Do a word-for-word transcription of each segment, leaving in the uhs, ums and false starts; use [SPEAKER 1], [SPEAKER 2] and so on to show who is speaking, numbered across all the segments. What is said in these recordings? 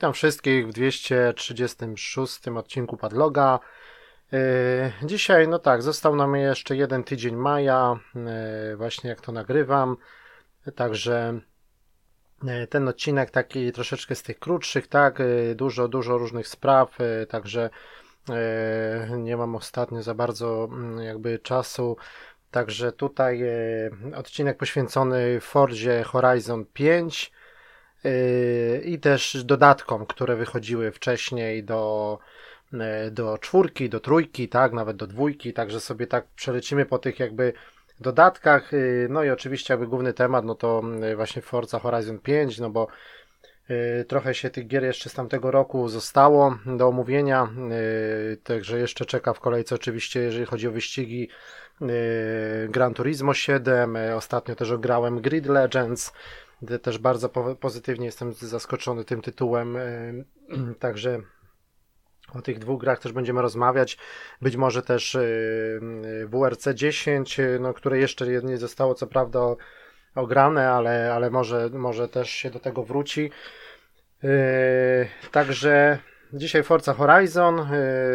[SPEAKER 1] Witam wszystkich w dwieście trzydziestym szóstym odcinku Padloga. Yy, Dzisiaj, no tak, został nam jeszcze jeden tydzień maja, yy, właśnie jak to nagrywam. Także yy, ten odcinek taki troszeczkę z tych krótszych, tak, yy, dużo, dużo różnych spraw, yy, także yy, nie mam ostatnio za bardzo yy, jakby czasu. Także tutaj yy, odcinek poświęcony Forzie Horizon pięć. I też dodatkom, które wychodziły wcześniej do, do czwórki, do trójki, tak, nawet do dwójki, także sobie tak przelecimy po tych jakby dodatkach. No i oczywiście jakby główny temat, no to właśnie Forza Horizon pięć, no bo trochę się tych gier jeszcze z tamtego roku zostało do omówienia, także jeszcze czeka w kolejce oczywiście, jeżeli chodzi o wyścigi, Gran Turismo siedem, ostatnio też grałem Grid Legends. Też bardzo pozytywnie jestem zaskoczony tym tytułem, także o tych dwóch grach też będziemy rozmawiać. Być może też W R C dziesięć, no, które jeszcze nie zostało co prawda ograne, ale, ale może, może też się do tego wróci. Także dzisiaj Forza Horizon,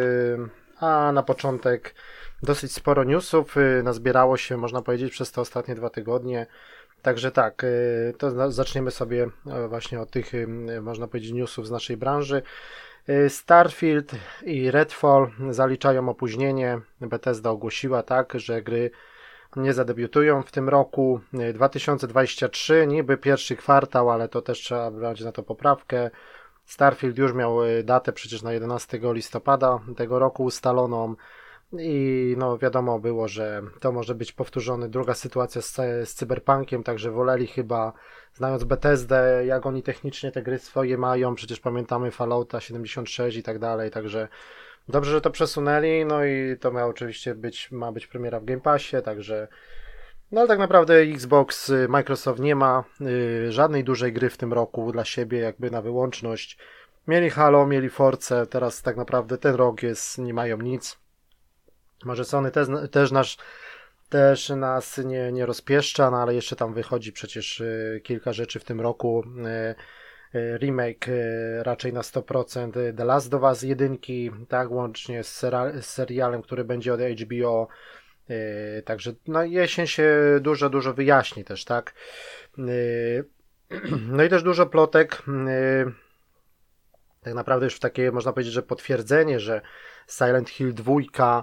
[SPEAKER 1] a na początek dosyć sporo newsów nazbierało się, można powiedzieć, przez te ostatnie dwa tygodnie. Także tak, to zaczniemy sobie właśnie od tych, można powiedzieć, newsów z naszej branży. Starfield i Redfall zaliczają opóźnienie. Bethesda ogłosiła, tak, że gry nie zadebiutują w tym roku. dwa tysiące dwudziesty trzeci, niby pierwszy kwartał, ale to też trzeba brać na to poprawkę. Starfield już miał datę przecież na jedenastego listopada tego roku ustaloną. I no wiadomo było, że to może być powtórzony druga sytuacja z, z Cyberpunkiem, także woleli chyba, znając Bethesdę, jak oni technicznie te gry swoje mają, przecież pamiętamy Fallouta siedemdziesiąt sześć i tak dalej, także dobrze, że to przesunęli, no i to miało oczywiście być, ma być premiera w Game Passie, także no ale tak naprawdę Xbox, Microsoft nie ma y, żadnej dużej gry w tym roku dla siebie, jakby na wyłączność. Mieli Halo, mieli Force, teraz tak naprawdę ten rok jest, nie mają nic. Może Sony też, też, nasz, też nas nie, nie rozpieszcza, no ale jeszcze tam wychodzi przecież y, kilka rzeczy w tym roku. Y, y, remake y, raczej na sto procent The Last of Us jedynki, tak, łącznie z, sera, z serialem, który będzie od H B O. Y, także no jesień się dużo, dużo wyjaśni też, tak. Y, no i też dużo plotek. Y, tak naprawdę już takie, można powiedzieć, że potwierdzenie, że Silent Hill dwa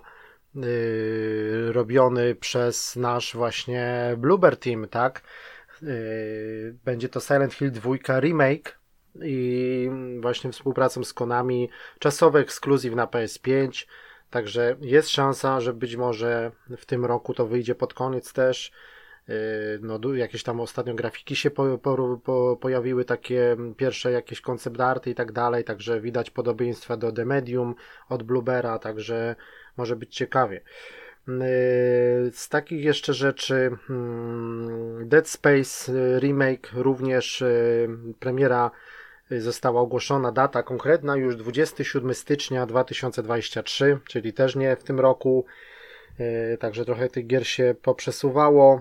[SPEAKER 1] Yy, robiony przez nasz właśnie Bloober Team, tak? Yy, będzie to Silent Hill dwa remake i właśnie współpracą z Konami, czasowy ekskluzyw na P S pięć, także jest szansa, że być może w tym roku to wyjdzie pod koniec też. Yy, no, jakieś tam ostatnio grafiki się po, po, po, pojawiły, takie pierwsze jakieś concept arty i tak dalej, także widać podobieństwa do The Medium od Bloobera, także może być ciekawie. Z takich jeszcze rzeczy Dead Space remake, również premiera została ogłoszona, data konkretna już dwudziestego siódmego stycznia dwa tysiące dwudziestego trzeciego, czyli też nie w tym roku, także trochę tych gier się poprzesuwało.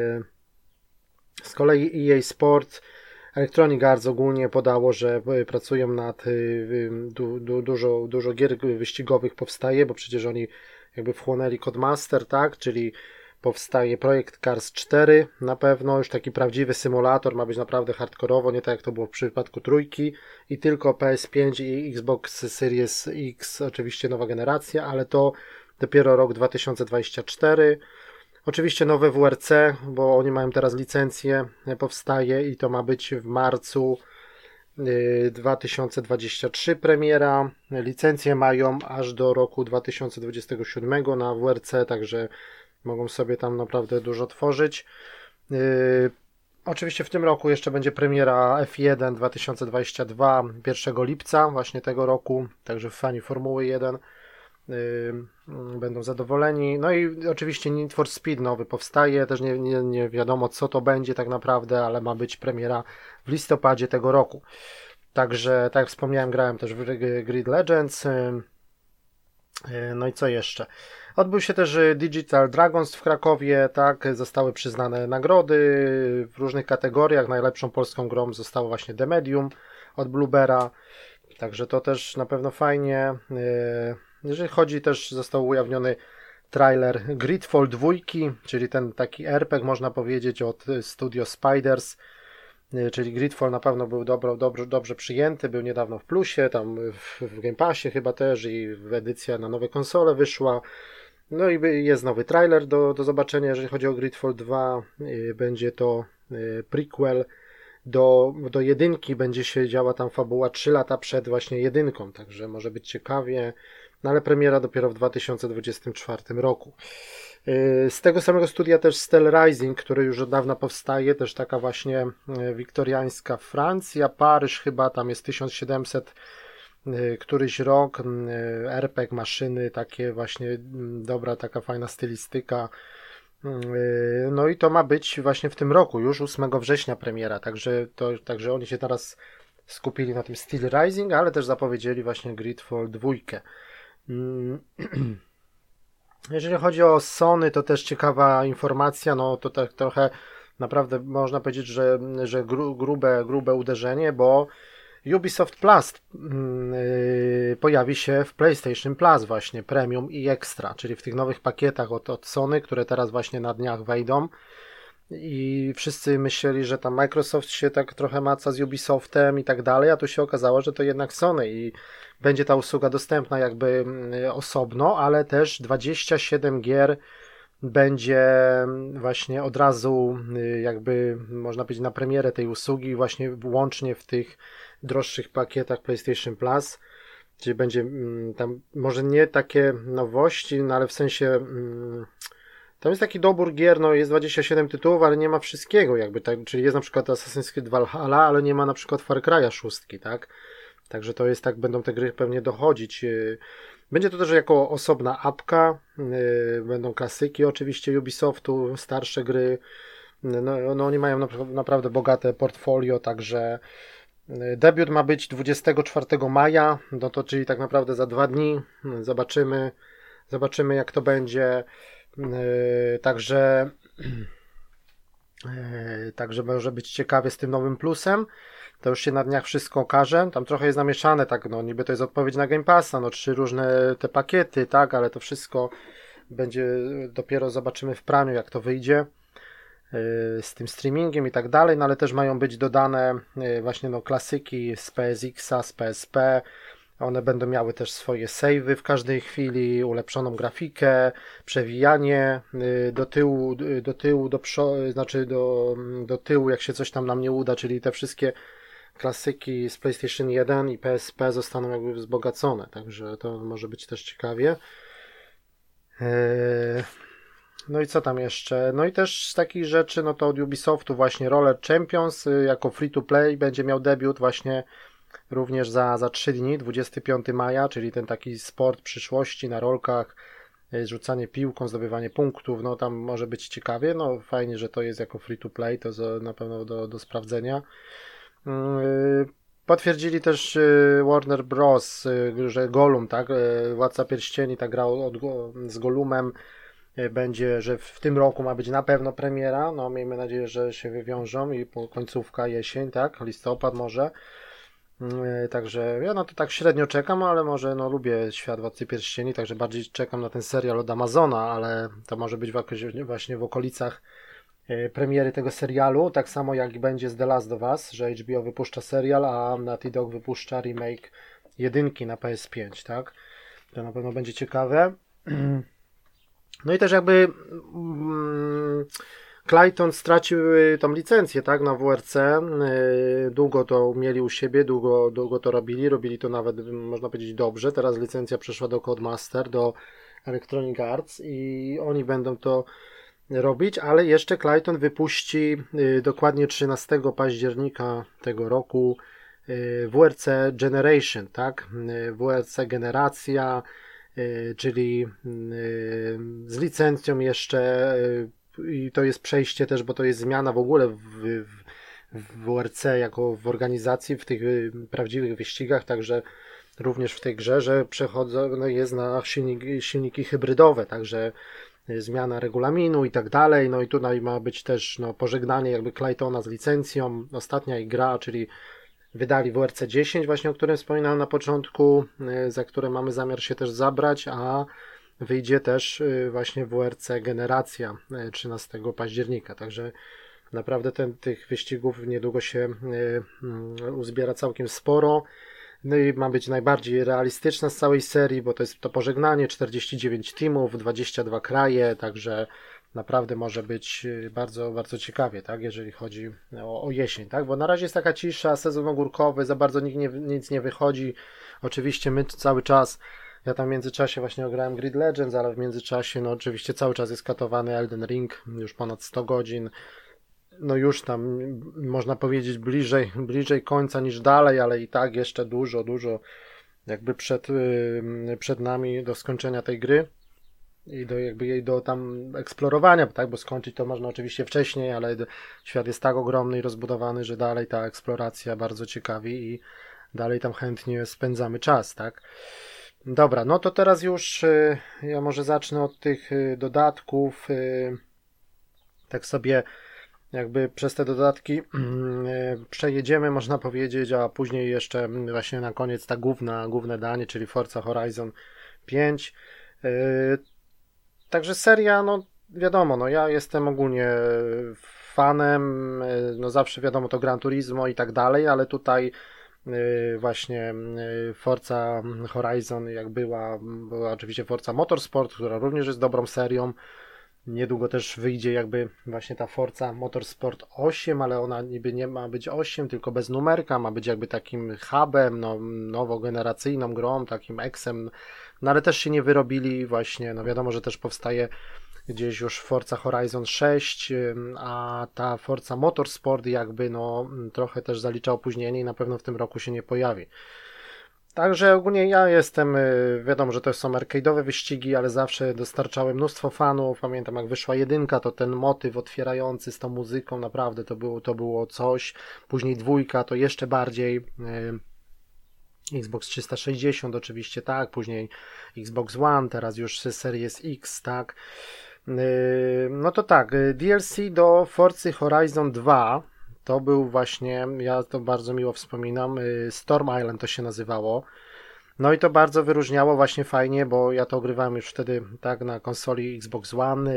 [SPEAKER 1] Z kolei E A Sport, Electronic Arts ogólnie podało, że pracują nad du, du, dużo, dużo gier wyścigowych powstaje, bo przecież oni jakby wchłonęli Codemaster, tak, czyli powstaje projekt Cars cztery na pewno, już taki prawdziwy symulator, ma być naprawdę hardkorowo, nie tak jak to było w przypadku trójki i tylko P S pięć i Xbox Series X, oczywiście nowa generacja, ale to dopiero rok dwa tysiące dwudziesty czwarty. Oczywiście nowe W R C, bo oni mają teraz licencję, powstaje i to ma być w marcu dwa tysiące dwudziestego trzeciego premiera. Licencje mają aż do roku dwa tysiące dwudziestego siódmego na W R C, także mogą sobie tam naprawdę dużo tworzyć. Yy, oczywiście w tym roku jeszcze będzie premiera F jeden dwa tysiące dwudziestego drugiego, pierwszego lipca właśnie tego roku, także fani Formuły jeden Yy, będą zadowoleni. No i oczywiście Need for Speed nowy powstaje, też nie, nie, nie wiadomo co to będzie tak naprawdę, ale ma być premiera w listopadzie tego roku. Także tak jak wspomniałem, grałem też w Grid Legends. Yy, no i co jeszcze? Odbył się też Digital Dragons w Krakowie, tak, zostały przyznane nagrody w różnych kategoriach. Najlepszą polską grą zostało właśnie The Medium od Bloobera. Także to też na pewno fajnie. Jeżeli chodzi też, został ujawniony trailer Gridfall dwa, czyli ten taki er pe gie, można powiedzieć, od Studio Spiders, czyli Gridfall na pewno był dobro, dobrze, dobrze przyjęty, był niedawno w plusie, tam w, w Game Passie chyba też i edycja na nowe konsole wyszła. No i jest nowy trailer do, do zobaczenia, jeżeli chodzi o Gridfall dwa. Będzie to prequel do, do jedynki, będzie się działa tam fabuła trzy lata przed właśnie jedynką, także może być ciekawie, no ale premiera dopiero w dwa tysiące dwudziestym czwartym roku. Z tego samego studia też Steel Rising, który już od dawna powstaje, też taka właśnie wiktoriańska Francja, Paryż chyba, tam jest tysiąc siedemset któryś rok, er pe gie, maszyny, takie właśnie dobra, taka fajna stylistyka. No i to ma być właśnie w tym roku, już ósmego września premiera, także, to, także oni się teraz skupili na tym Steel Rising, ale też zapowiedzieli właśnie Gridfall dwa. Jeżeli chodzi o Sony, to też ciekawa informacja, no to tak trochę naprawdę można powiedzieć, że, że gru, grube, grube uderzenie, bo Ubisoft Plus yy, pojawi się w PlayStation Plus właśnie, Premium i Extra, czyli w tych nowych pakietach od, od Sony, które teraz właśnie na dniach wejdą i wszyscy myśleli, że tam Microsoft się tak trochę maca z Ubisoftem i tak dalej, a tu się okazało, że to jednak Sony i będzie ta usługa dostępna jakby osobno, ale też dwadzieścia siedem gier będzie właśnie od razu jakby można powiedzieć na premierę tej usługi właśnie łącznie w tych droższych pakietach PlayStation Plus, czyli będzie tam może nie takie nowości, no ale w sensie tam jest taki dobór gier, no jest dwadzieścia siedem tytułów, ale nie ma wszystkiego jakby, tak, czyli jest na przykład Assassin's Creed Valhalla, ale nie ma na przykład Far Cry'a szóstki, tak? Także to jest tak, będą te gry pewnie dochodzić. Będzie to też jako osobna apka, będą klasyki oczywiście Ubisoftu, starsze gry, no, no oni mają naprawdę bogate portfolio, także debiut ma być dwudziestego czwartego maja, no to czyli tak naprawdę za dwa dni, zobaczymy, zobaczymy jak to będzie, także także może być ciekawie z tym nowym plusem. To już się na dniach wszystko okaże. Tam trochę jest namieszane, tak, no niby to jest odpowiedź na Game Passa, no trzy różne te pakiety, tak, ale to wszystko będzie, dopiero zobaczymy w praniu, jak to wyjdzie yy, z tym streamingiem i tak dalej, no ale też mają być dodane yy, właśnie no klasyki z P S X-a, z P S P, one będą miały też swoje savey w każdej chwili, ulepszoną grafikę, przewijanie yy, do tyłu, yy, do tyłu, do przodu, znaczy do, do tyłu, jak się coś tam nam nie uda, czyli te wszystkie klasyki z PlayStation jeden i P S P zostaną jakby wzbogacone, także to może być też ciekawie. No i co tam jeszcze? No i też z takich rzeczy, no to od Ubisoftu właśnie Roller Champions jako free to play będzie miał debiut właśnie również za, za trzy dni, dwudziestego piątego maja, czyli ten taki sport przyszłości na rolkach, rzucanie piłką, zdobywanie punktów, no tam może być ciekawie, no fajnie, że to jest jako free to play, to na pewno do, do sprawdzenia. Potwierdzili też Warner Bros., że Gollum, tak, Władca Pierścieni, ta gra od, z Gollumem będzie, że w tym roku ma być na pewno premiera, no miejmy nadzieję, że się wywiążą i po końcówka jesień, tak, listopad może. Także ja no to tak średnio czekam, ale może no lubię świat Władcy Pierścieni, także bardziej czekam na ten serial od Amazona, ale to może być właśnie w okolicach premiery tego serialu, tak samo jak będzie z The Last of Us, że H B O wypuszcza serial, a Naughty Dog wypuszcza remake jedynki na P S pięć, tak? To na pewno będzie ciekawe. No i też jakby mm, Clayton stracił tą licencję, tak, na W R C. Długo to mieli u siebie, długo, długo to robili, robili to nawet, można powiedzieć, dobrze. Teraz licencja przeszła do Codemaster, do Electronic Arts i oni będą to robić, ale jeszcze Clayton wypuści y, dokładnie trzynastego października tego roku y, W R C Generation, tak? Y, W R C Generacja, y, czyli y, z licencją jeszcze y, i to jest przejście też, bo to jest zmiana w ogóle w, w, w W R C jako w organizacji, w tych y, prawdziwych wyścigach, także również w tej grze, że przechodzą, no jest na silniki, silniki hybrydowe, także zmiana regulaminu i tak dalej, no i tutaj ma być też no, pożegnanie jakby Claytona z licencją, ostatnia ich gra, czyli wydali W R C dziesięć właśnie, o którym wspominałem na początku, za które mamy zamiar się też zabrać, a wyjdzie też właśnie W R C Generacja trzynastego października, także naprawdę ten, tych wyścigów niedługo się uzbiera całkiem sporo. No i ma być najbardziej realistyczna z całej serii, bo to jest to pożegnanie, czterdzieści dziewięć teamów, dwadzieścia dwa kraje, także naprawdę może być bardzo, bardzo ciekawie, tak, jeżeli chodzi o, o jesień, tak, bo na razie jest taka cisza, sezon ogórkowy, za bardzo nikt nie, nic nie wychodzi. Oczywiście my cały czas, ja tam w międzyczasie właśnie ograłem Grid Legends, ale w międzyczasie no oczywiście cały czas jest katowany Elden Ring, już ponad sto godzin. No już tam można powiedzieć bliżej, bliżej końca niż dalej, ale i tak jeszcze dużo, dużo jakby przed, przed nami do skończenia tej gry i do jakby jej do tam eksplorowania, tak, bo skończyć to można oczywiście wcześniej, ale świat jest tak ogromny i rozbudowany, że dalej ta eksploracja bardzo ciekawi i dalej tam chętnie spędzamy czas, tak. Dobra, no to teraz już ja może zacznę od tych dodatków, tak sobie jakby przez te dodatki przejedziemy, można powiedzieć, a później jeszcze właśnie na koniec ta główna, główne danie, czyli Forza Horizon pięć. Także seria, no wiadomo, no ja jestem ogólnie fanem, no zawsze wiadomo to Gran Turismo i tak dalej, ale tutaj właśnie Forza Horizon jak była, była oczywiście Forza Motorsport, która również jest dobrą serią. Niedługo też wyjdzie jakby właśnie ta Forza Motorsport osiem, ale ona niby nie ma być osiem, tylko bez numerka, ma być jakby takim hubem, no, nowogeneracyjną grą, takim eksem, no ale też się nie wyrobili właśnie, no wiadomo, że też powstaje gdzieś już Forza Horizon sześć, a ta Forza Motorsport jakby no trochę też zalicza opóźnienie i na pewno w tym roku się nie pojawi. Także ogólnie ja jestem, wiadomo, że to są arcade'owe wyścigi, ale zawsze dostarczały mnóstwo fanów. Pamiętam jak wyszła jedynka, to ten motyw otwierający z tą muzyką, naprawdę to było, to było coś. Później dwójka to jeszcze bardziej. Xbox trzysta sześćdziesiąt oczywiście, tak. Później Xbox One, teraz już Series X, tak. No to tak, D L C do Forza Horizon dwa. To był właśnie, ja to bardzo miło wspominam, Storm Island to się nazywało. No i to bardzo wyróżniało właśnie fajnie, bo ja to ogrywałem już wtedy tak na konsoli Xbox One.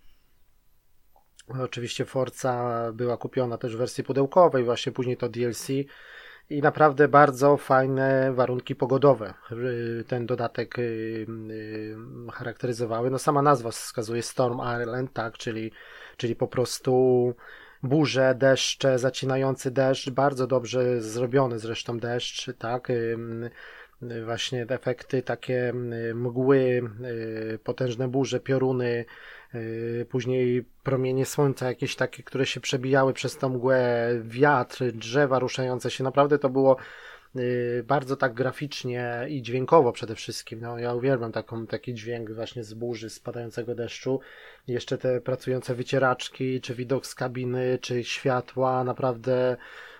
[SPEAKER 1] Oczywiście Forza była kupiona też w wersji pudełkowej, właśnie później to D L C. I naprawdę bardzo fajne warunki pogodowe ten dodatek charakteryzowały. No sama nazwa wskazuje Storm Island, tak, czyli, czyli po prostu burze, deszcze, zacinający deszcz, bardzo dobrze zrobiony zresztą deszcz, tak, właśnie efekty takie mgły, potężne burze, pioruny, później promienie słońca jakieś takie, które się przebijały przez tą mgłę, wiatr, drzewa ruszające się, naprawdę to było bardzo tak graficznie i dźwiękowo przede wszystkim. No, ja uwielbiam taką, taki dźwięk właśnie z burzy, spadającego deszczu. Jeszcze te pracujące wycieraczki, czy widok z kabiny, czy światła, naprawdę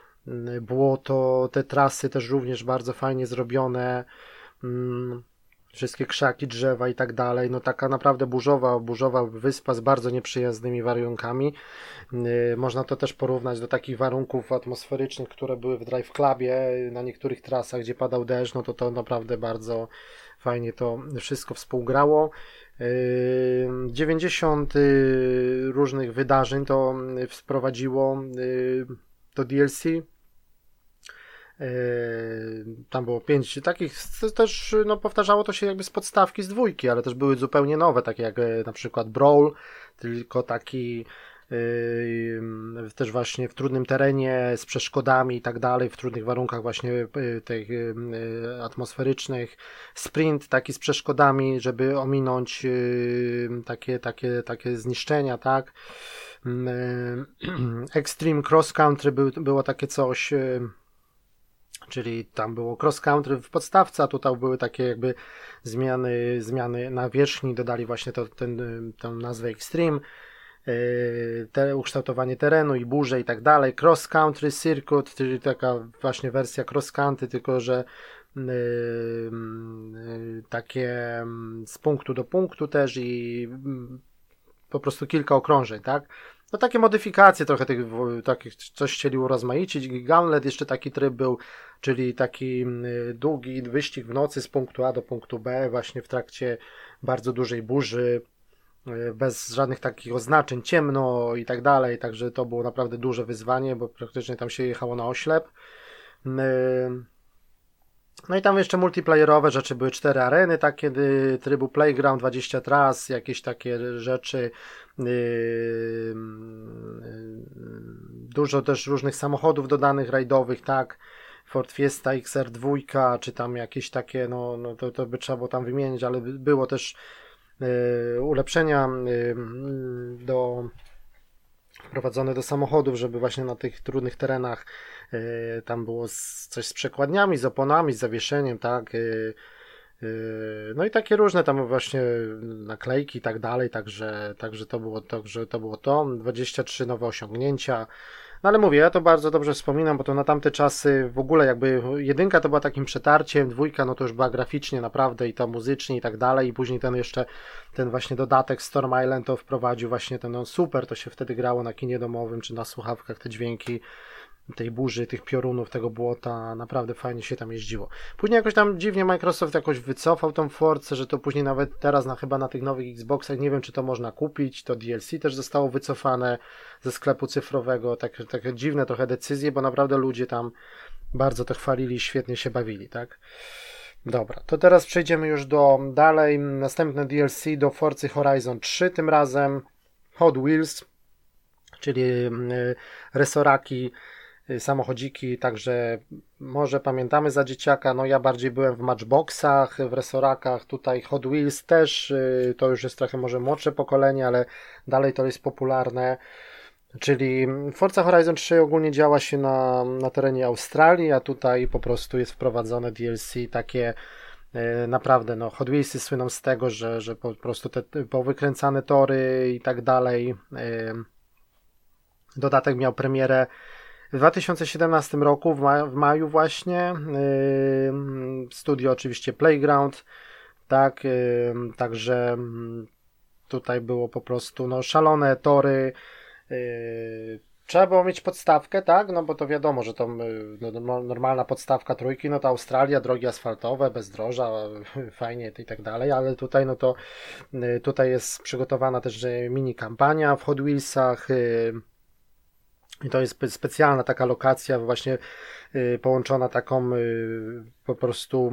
[SPEAKER 1] błoto, te trasy też również bardzo fajnie zrobione. Wszystkie krzaki, drzewa i tak dalej. No taka naprawdę burzowa, burzowa wyspa z bardzo nieprzyjaznymi warunkami. Można to też porównać do takich warunków atmosferycznych, które były w Drive Clubie na niektórych trasach, gdzie padał deszcz, no to to naprawdę bardzo fajnie to wszystko współgrało. dziewięćdziesiąt różnych wydarzeń to wprowadziło to D L C. Tam było pięć takich, też no, powtarzało to się jakby z podstawki z dwójki, ale też były zupełnie nowe, takie jak na przykład Brawl, tylko taki yy, też właśnie w trudnym terenie, z przeszkodami i tak dalej, w trudnych warunkach właśnie yy, tych yy, atmosferycznych. Sprint taki z przeszkodami, żeby ominąć yy, takie, takie, takie zniszczenia, tak. Yy, Extreme Cross Country był, było takie coś, yy, czyli tam było cross country w podstawce, a tutaj były takie jakby zmiany, zmiany nawierzchni, dodali właśnie to, ten, tę nazwę Extreme, te, ukształtowanie terenu i burze i tak dalej. Cross country circuit, czyli taka właśnie wersja cross country, tylko że yy, yy, takie z punktu do punktu też i yy, po prostu kilka okrążeń, tak? no takie modyfikacje trochę tych, takich, coś chcieli urozmaicić. Gauntlet jeszcze taki tryb był, czyli taki długi wyścig w nocy z punktu A do punktu B, właśnie w trakcie bardzo dużej burzy, bez żadnych takich oznaczeń, ciemno i tak dalej, także to było naprawdę duże wyzwanie, bo praktycznie tam się jechało na oślep. No i tam jeszcze multiplayerowe rzeczy, były cztery areny takie trybu Playground, dwadzieścia tras, jakieś takie rzeczy, dużo też różnych samochodów dodanych rajdowych, tak, Ford Fiesta X R dwa, czy tam jakieś takie, no, no to, to by trzeba było tam wymienić, ale było też ulepszenia do wprowadzone do samochodów, żeby właśnie na tych trudnych terenach tam było coś z przekładniami, z oponami, z zawieszeniem, tak, no i takie różne tam właśnie naklejki i tak dalej, także, także to było to, że to było to, dwadzieścia trzy nowe osiągnięcia. No ale mówię, ja to bardzo dobrze wspominam, bo to na tamte czasy w ogóle jakby jedynka to była takim przetarciem, dwójka no to już była graficznie naprawdę i to muzycznie i tak dalej, i później ten jeszcze, ten właśnie dodatek Storm Island to wprowadził właśnie ten, no super, to się wtedy grało na kinie domowym czy na słuchawkach, te dźwięki tej burzy, tych piorunów, tego błota, naprawdę fajnie się tam jeździło. Później jakoś tam dziwnie Microsoft jakoś wycofał tą Forcę, że to później nawet teraz na chyba na tych nowych Xboxach, nie wiem czy to można kupić, to D L C też zostało wycofane ze sklepu cyfrowego, takie, takie dziwne trochę decyzje, bo naprawdę ludzie tam bardzo to chwalili, świetnie się bawili, tak? Dobra, to teraz przejdziemy już do dalej, następne D L C do Forcy Horizon trzy, tym razem Hot Wheels, czyli resoraki, samochodziki, także może pamiętamy za dzieciaka, no ja bardziej byłem w Matchboxach, w resorakach, tutaj Hot Wheels też, to już jest trochę może młodsze pokolenie, ale dalej to jest popularne, czyli Forza Horizon trzy ogólnie działa się na, na terenie Australii, a tutaj po prostu jest wprowadzone D L C takie naprawdę, no Hot Wheelsy słyną z tego, że, że po prostu te powykręcane tory i tak dalej. Dodatek miał premierę w dwa tysiące siedemnastym roku, w, ma- w maju właśnie, yy, studio oczywiście Playground, tak, yy, także tutaj było po prostu no, szalone tory, yy, trzeba było mieć podstawkę, tak, no bo to wiadomo, że to no, normalna podstawka trójki, no to Australia, drogi asfaltowe, bezdroża, fajnie i tak dalej, ale tutaj no to yy, tutaj jest przygotowana też mini kampania w Hot Wheelsach, yy, i to jest specjalna taka lokacja właśnie y, połączona taką y, po prostu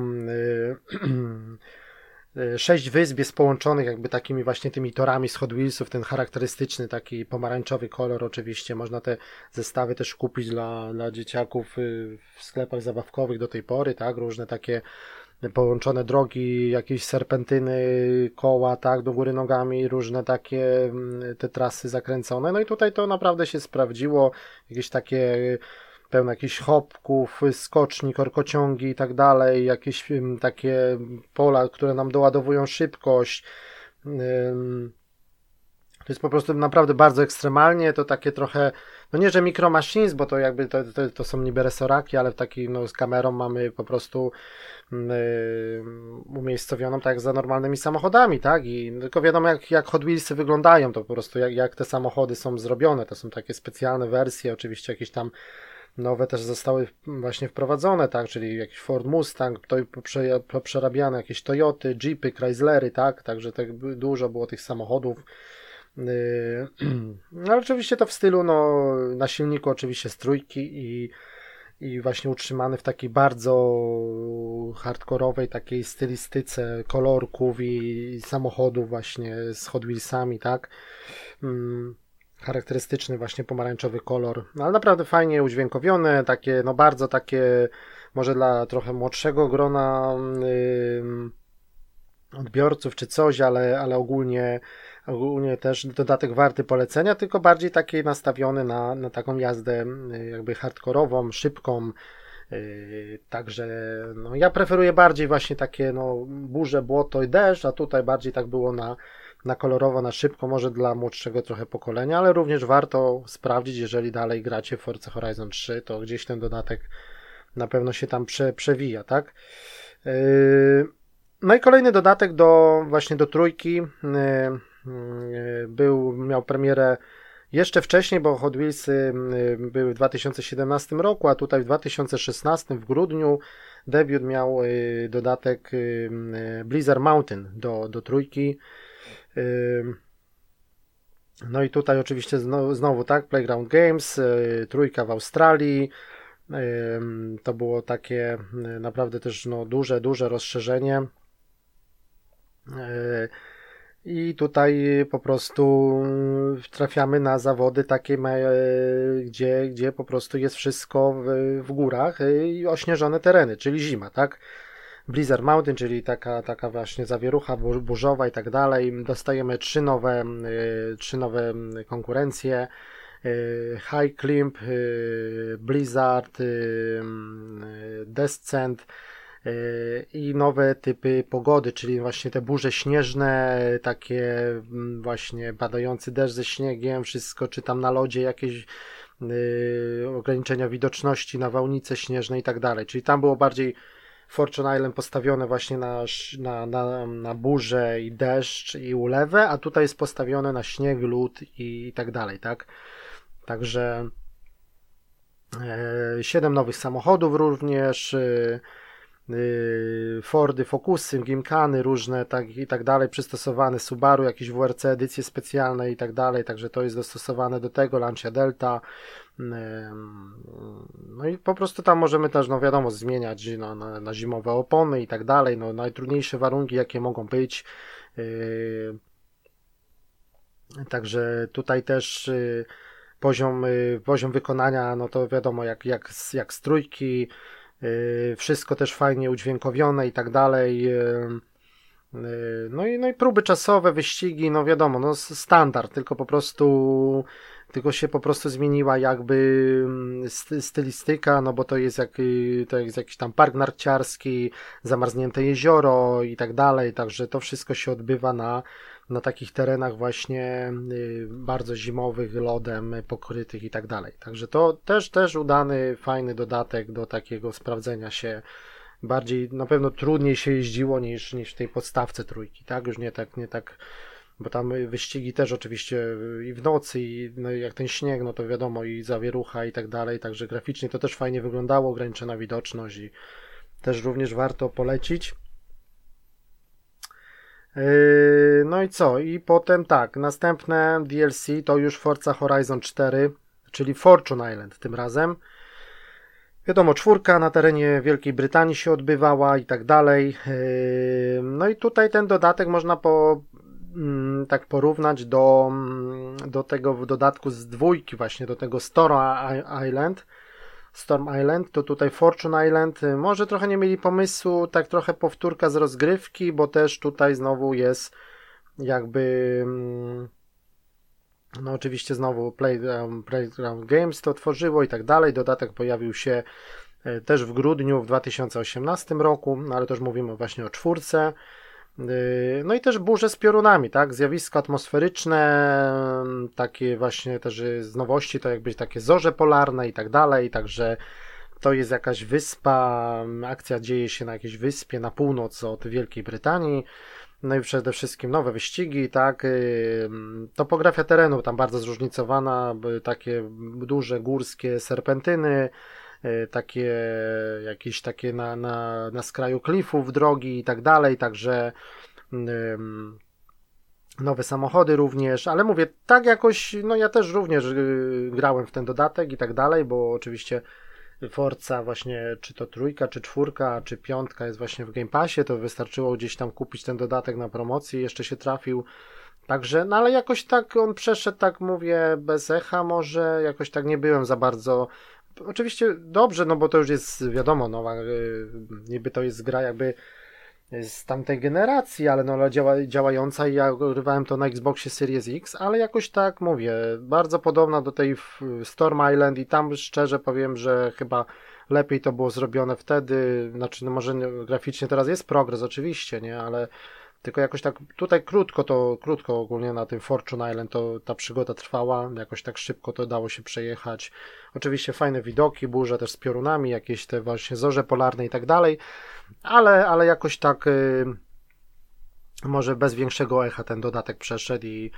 [SPEAKER 1] y, y, sześć wysp jest połączonych jakby takimi właśnie tymi torami z Hot Wheelsów, ten charakterystyczny taki pomarańczowy kolor oczywiście, można te zestawy też kupić dla, dla dzieciaków y, w sklepach zabawkowych do tej pory, tak, różne takie połączone drogi, jakieś serpentyny, koła, tak, do góry nogami, różne takie te trasy zakręcone. No i tutaj to naprawdę się sprawdziło. Jakieś takie pełne jakichś hopków, skoczni, korkociągi i tak dalej, jakieś takie pola, które nam doładowują szybkość. To jest po prostu naprawdę bardzo ekstremalnie, to takie trochę, no nie, że Micro Machines, bo to jakby to, to, to są niby resoraki, ale w takiej, no z kamerą mamy po prostu yy, umiejscowioną tak jak za normalnymi samochodami, tak, i tylko wiadomo jak, jak Hot Wheelsy wyglądają, to po prostu jak, jak te samochody są zrobione, to są takie specjalne wersje, oczywiście jakieś tam nowe też zostały właśnie wprowadzone, tak, czyli jakiś Ford Mustang, to przerabiane jakieś Toyoty, Jeepy, Chryslery, tak, także tak dużo było tych samochodów. No ale oczywiście to w stylu no, na silniku oczywiście z trójki i, i właśnie utrzymany w takiej bardzo hardkorowej takiej stylistyce kolorków i samochodów właśnie z Hot Wheelsami, tak, charakterystyczny właśnie pomarańczowy kolor, no, ale naprawdę fajnie udźwiękowione, takie no bardzo takie może dla trochę młodszego grona yy, odbiorców czy coś, ale, ale ogólnie ogólnie też dodatek warty polecenia, tylko bardziej taki nastawiony na, na taką jazdę jakby hardkorową, szybką, yy, także no ja preferuję bardziej właśnie takie no burze, błoto i deszcz, a tutaj bardziej tak było na, na kolorowo, na szybko, może dla młodszego trochę pokolenia, ale również warto sprawdzić, jeżeli dalej gracie w Forza Horizon trzy, to gdzieś ten dodatek na pewno się tam prze, przewija, tak? Yy, no i kolejny dodatek do właśnie do trójki, yy, był, miał premierę Jeszcze wcześniej, bo Hot Wheelsy były w dwa tysiące siedemnastym roku, a tutaj w dwa tysiące szesnastym w grudniu debiut miał dodatek Blizzard Mountain do, do trójki. No i tutaj oczywiście znowu, znowu tak, Playground Games, trójka w Australii. To było takie naprawdę też no, duże, duże rozszerzenie. I tutaj po prostu trafiamy na zawody takie, gdzie, gdzie po prostu jest wszystko w, w górach i ośnieżone tereny, czyli zima, tak? Blizzard Mountain, czyli taka, taka właśnie zawierucha burzowa i tak dalej. Dostajemy trzy nowe, trzy nowe konkurencje. High Climb, Blizzard, Descent i nowe typy pogody, czyli właśnie te burze śnieżne, takie właśnie padający deszcz ze śniegiem, wszystko, czy tam na lodzie jakieś ograniczenia widoczności, nawałnice śnieżne i tak dalej. Czyli tam było bardziej Fortune Island postawione właśnie na, na, na, na burzę i deszcz i ulewę, a tutaj jest postawione na śnieg, lód i, i tak dalej, tak? Także e, siedem nowych samochodów również, e, e, Fordy, Focusy, Gymkhany różne tak, i tak dalej, przystosowane Subaru, jakieś W R C, edycje specjalne i tak dalej, także to jest dostosowane do tego, Lancia Delta. No i po prostu tam możemy też, no wiadomo, zmieniać no, na, na zimowe opony i tak dalej, no najtrudniejsze warunki jakie mogą być, yy, także tutaj też yy, poziom, yy, poziom wykonania, no to wiadomo jak, jak, jak z trójki, yy, wszystko też fajnie udźwiękowione i tak dalej, yy, no i, no i próby czasowe, wyścigi, no wiadomo, no standard, tylko po prostu tylko się po prostu zmieniła jakby stylistyka, no bo to jest, jak, to jest jakiś tam park narciarski, zamarznięte jezioro i tak dalej, także to wszystko się odbywa na, na takich terenach właśnie bardzo zimowych, lodem pokrytych i tak dalej, także to też, też udany, fajny dodatek do takiego sprawdzenia się. Bardziej, na pewno trudniej się jeździło niż, niż w tej podstawce trójki, tak? Już nie tak, nie tak, bo tam wyścigi też oczywiście i w nocy, i no jak ten śnieg, no to wiadomo, i zawierucha i tak dalej, także graficznie to też fajnie wyglądało, ograniczona widoczność i też również warto polecić. No i co? I potem tak, następne D L C to już Forza Horizon cztery, czyli Fortune Island tym razem. Wiadomo, czwórka na terenie Wielkiej Brytanii się odbywała i tak dalej. No i tutaj ten dodatek można po, tak porównać do, do tego w dodatku z dwójki właśnie, do tego Storm Island. Storm Island, to tutaj Fortune Island. Może trochę nie mieli pomysłu, tak trochę powtórka z rozgrywki, bo też tutaj znowu jest jakby... No oczywiście znowu Playground, Playground Games to tworzyło i tak dalej. Dodatek pojawił się też w grudniu w dwa tysiące osiemnastym roku, no ale też mówimy właśnie o czwórce. No i też burze z piorunami, tak? Zjawiska atmosferyczne, takie właśnie też z nowości, to jakby takie zorze polarne i tak dalej, także to jest jakaś wyspa, akcja dzieje się na jakiejś wyspie na północ od Wielkiej Brytanii. No i przede wszystkim nowe wyścigi, tak, topografia terenu tam bardzo zróżnicowana, takie duże górskie serpentyny, takie jakieś takie na, na, na skraju klifów drogi i tak dalej, także um, nowe samochody również, ale mówię, tak jakoś, no ja też również grałem w ten dodatek i tak dalej, bo oczywiście Forza właśnie, czy to trójka, czy czwórka, czy piątka jest właśnie w Game Passie, to wystarczyło gdzieś tam kupić ten dodatek na promocji, jeszcze się trafił, także, no ale jakoś tak on przeszedł, tak mówię, bez echa może, jakoś tak nie byłem za bardzo, oczywiście dobrze, no bo to już jest wiadomo, no niby to jest gra jakby z tamtej generacji, ale no działa, działająca i ja grywałem to na Xboxie Series X, ale jakoś tak mówię, bardzo podobna do tej Storm Island i tam szczerze powiem, że chyba lepiej to było zrobione wtedy, znaczy no może graficznie teraz jest progres oczywiście, nie, ale tylko jakoś tak tutaj krótko to, krótko ogólnie na tym Fortune Island to ta przygoda trwała, jakoś tak szybko to dało się przejechać. Oczywiście fajne widoki, burze też z piorunami, jakieś te właśnie zorze polarne i tak dalej, ale, ale jakoś tak yy, może bez większego echa ten dodatek przeszedł i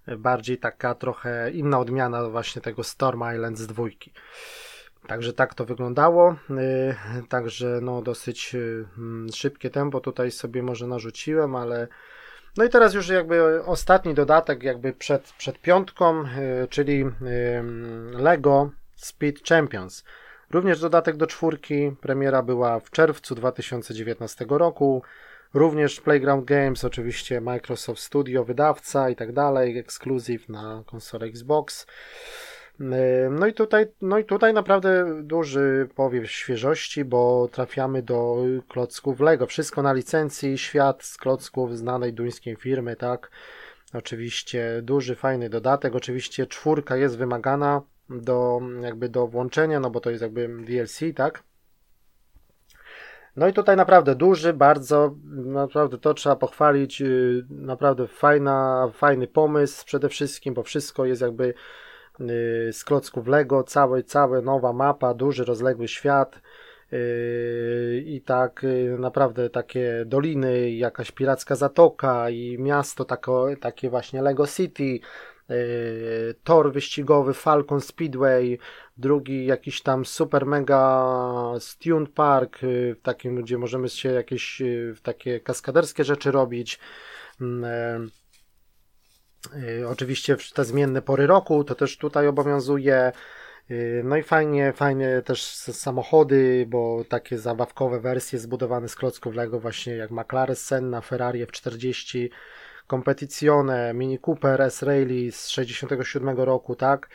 [SPEAKER 1] bardziej taka trochę inna odmiana właśnie tego Storm Island z dwójki. Także tak to wyglądało, także no dosyć szybkie tempo tutaj sobie może narzuciłem, ale no i teraz już jakby ostatni dodatek jakby przed, przed piątką, czyli Lego Speed Champions. Również dodatek do czwórki, premiera była w czerwcu dwa tysiące dziewiętnastego roku, również Playground Games, oczywiście Microsoft Studio, wydawca i tak dalej, ekskluzyw na konsolę Xbox. No i tutaj, no i tutaj naprawdę duży powiew świeżości, bo trafiamy do klocków Lego. Wszystko na licencji, świat z klocków znanej duńskiej firmy, tak. Oczywiście duży, fajny dodatek. Oczywiście czwórka jest wymagana do jakby do włączenia, no bo to jest jakby D L C, tak. No i tutaj naprawdę duży, bardzo, naprawdę to trzeba pochwalić, naprawdę fajna, fajny pomysł przede wszystkim, bo wszystko jest jakby z klocków Lego, całe, całe nowa mapa, duży, rozległy świat i tak naprawdę takie doliny, jakaś piracka zatoka i miasto tako, takie właśnie Lego City, tor wyścigowy Falcon Speedway, drugi jakiś tam super mega Stunt Park, w takim, gdzie możemy się jakieś takie kaskaderskie rzeczy robić. Oczywiście te zmienne pory roku, to też tutaj obowiązuje. No i fajnie, fajnie też samochody, bo takie zabawkowe wersje zbudowane z klocków Lego, właśnie jak McLaren Senna, Ferrari F czterdzieści, Competizione, Mini Cooper S-Rally z sześćdziesiątego siódmego roku, tak?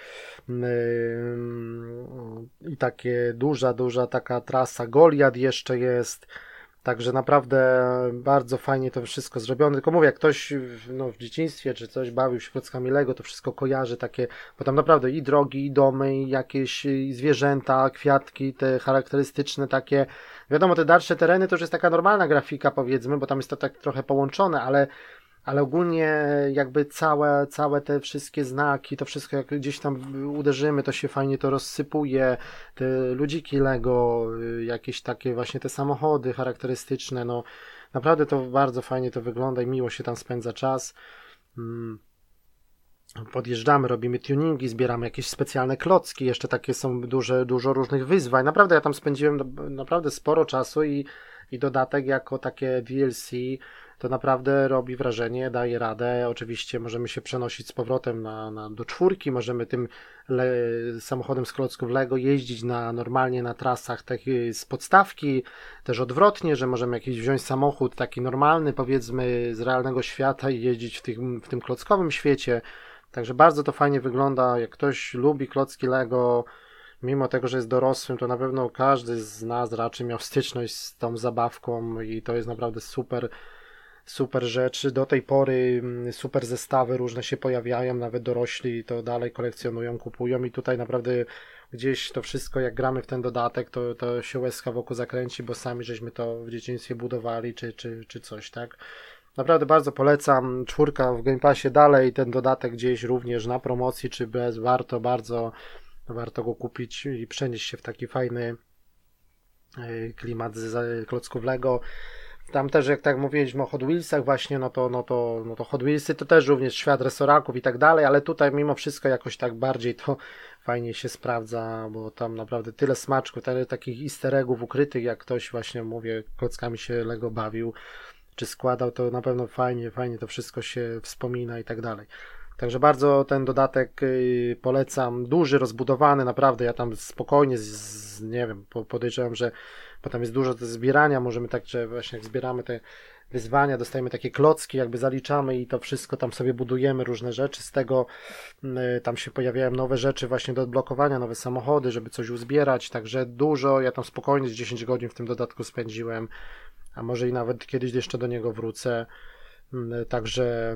[SPEAKER 1] I takie duża, duża taka trasa Goliad jeszcze jest. Także naprawdę bardzo fajnie to wszystko zrobione. Tylko mówię, jak ktoś no, w dzieciństwie czy coś bawił się klockami Lego, to wszystko kojarzy takie, bo tam naprawdę i drogi, i domy, i jakieś i zwierzęta, kwiatki, te charakterystyczne takie. Wiadomo, te dalsze tereny to już jest taka normalna grafika, powiedzmy, bo tam jest to tak trochę połączone, ale ale ogólnie jakby całe, całe te wszystkie znaki, to wszystko jak gdzieś tam uderzymy, to się fajnie to rozsypuje, te ludziki Lego, jakieś takie właśnie te samochody charakterystyczne, no naprawdę to bardzo fajnie to wygląda i miło się tam spędza czas. Podjeżdżamy, robimy tuningi, zbieramy jakieś specjalne klocki, jeszcze takie są duże, dużo różnych wyzwań. Naprawdę ja tam spędziłem naprawdę sporo czasu i, i dodatek jako takie D L C to naprawdę robi wrażenie, daje radę. Oczywiście możemy się przenosić z powrotem na, na, do czwórki, możemy tym le, samochodem z klocków Lego jeździć na, normalnie na trasach takich z podstawki, też odwrotnie, że możemy jakiś wziąć samochód taki normalny, powiedzmy z realnego świata i jeździć w tym, w tym klockowym świecie. Także bardzo to fajnie wygląda. Jak ktoś lubi klocki Lego, mimo tego, że jest dorosłym, to na pewno każdy z nas raczej miał styczność z tą zabawką i to jest naprawdę super super rzeczy. Do tej pory super zestawy różne się pojawiają, nawet dorośli to dalej kolekcjonują, kupują i tutaj naprawdę gdzieś to wszystko, jak gramy w ten dodatek, to, to się łezka wokół zakręci, bo sami żeśmy to w dzieciństwie budowali, czy, czy, czy coś, tak? Naprawdę bardzo polecam. Czwórka w Game Passie dalej, ten dodatek gdzieś również na promocji, czy bez, warto, bardzo warto go kupić i przenieść się w taki fajny klimat z klocków Lego. Tam też, jak tak mówiliśmy o Hot Wheelsach właśnie, no to, no to, no to Hot Wheelsy to też również świat resoraków i tak dalej, ale tutaj mimo wszystko jakoś tak bardziej to fajnie się sprawdza, bo tam naprawdę tyle smaczków, tyle takich easter eggów ukrytych, jak ktoś właśnie, mówię, klockami się Lego bawił, czy składał, to na pewno fajnie, fajnie to wszystko się wspomina i tak dalej. Także bardzo ten dodatek polecam, duży, rozbudowany, naprawdę, ja tam spokojnie, z, nie wiem, podejrzewam, że bo tam jest dużo do zbierania, możemy tak, że właśnie jak zbieramy te wyzwania, dostajemy takie klocki, jakby zaliczamy i to wszystko tam sobie budujemy, różne rzeczy, z tego y, tam się pojawiają nowe rzeczy właśnie do odblokowania, nowe samochody, żeby coś uzbierać, także dużo, ja tam spokojnie z dziesięć godzin w tym dodatku spędziłem, a może i nawet kiedyś jeszcze do niego wrócę, y, także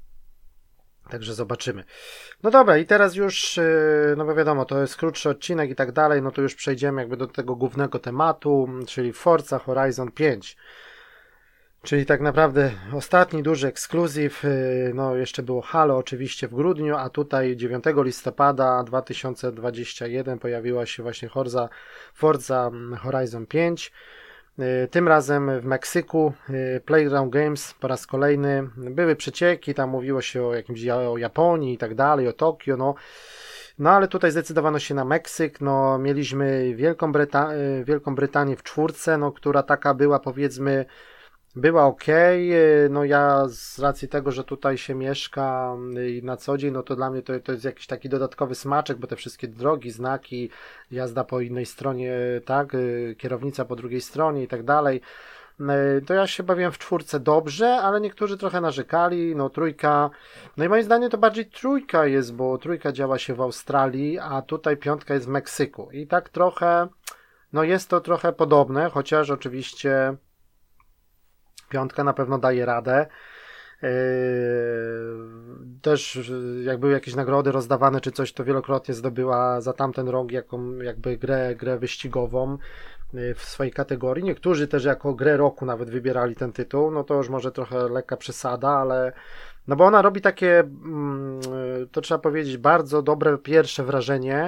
[SPEAKER 1] Także zobaczymy. No dobra, i teraz już, no bo wiadomo, to jest krótszy odcinek i tak dalej, no to już przejdziemy jakby do tego głównego tematu, czyli Forza Horizon pięć. Czyli tak naprawdę ostatni duży ekskluzyw, no jeszcze było Halo oczywiście w grudniu, a tutaj dziewiątego listopada dwa tysiące dwudziestego pierwszego pojawiła się właśnie Forza, Forza Horizon pięć. Tym razem w Meksyku, Playground Games po raz kolejny. Były przecieki, tam mówiło się o jakimś o Japonii i tak dalej, o Tokio, no. No ale tutaj zdecydowano się na Meksyk, no mieliśmy Wielką, Bryta- Wielką Brytanię w czwórce, no która taka była, powiedzmy, była ok, no ja z racji tego, że tutaj się mieszka na co dzień, no to dla mnie to, to jest jakiś taki dodatkowy smaczek, bo te wszystkie drogi, znaki, jazda po innej stronie, tak, kierownica po drugiej stronie i tak dalej, to ja się bawiłem w czwórce dobrze, ale niektórzy trochę narzekali, no trójka, no i moim zdaniem to bardziej trójka jest, bo trójka działa się w Australii, a tutaj piątka jest w Meksyku i tak trochę, no jest to trochę podobne, chociaż oczywiście piątka na pewno daje radę. Też jak były jakieś nagrody rozdawane czy coś, to wielokrotnie zdobyła za tamten rok jaką, jakby grę, grę wyścigową w swojej kategorii. Niektórzy też jako grę roku nawet wybierali ten tytuł, no to już może trochę lekka przesada, ale no bo ona robi takie, to trzeba powiedzieć, bardzo dobre pierwsze wrażenie.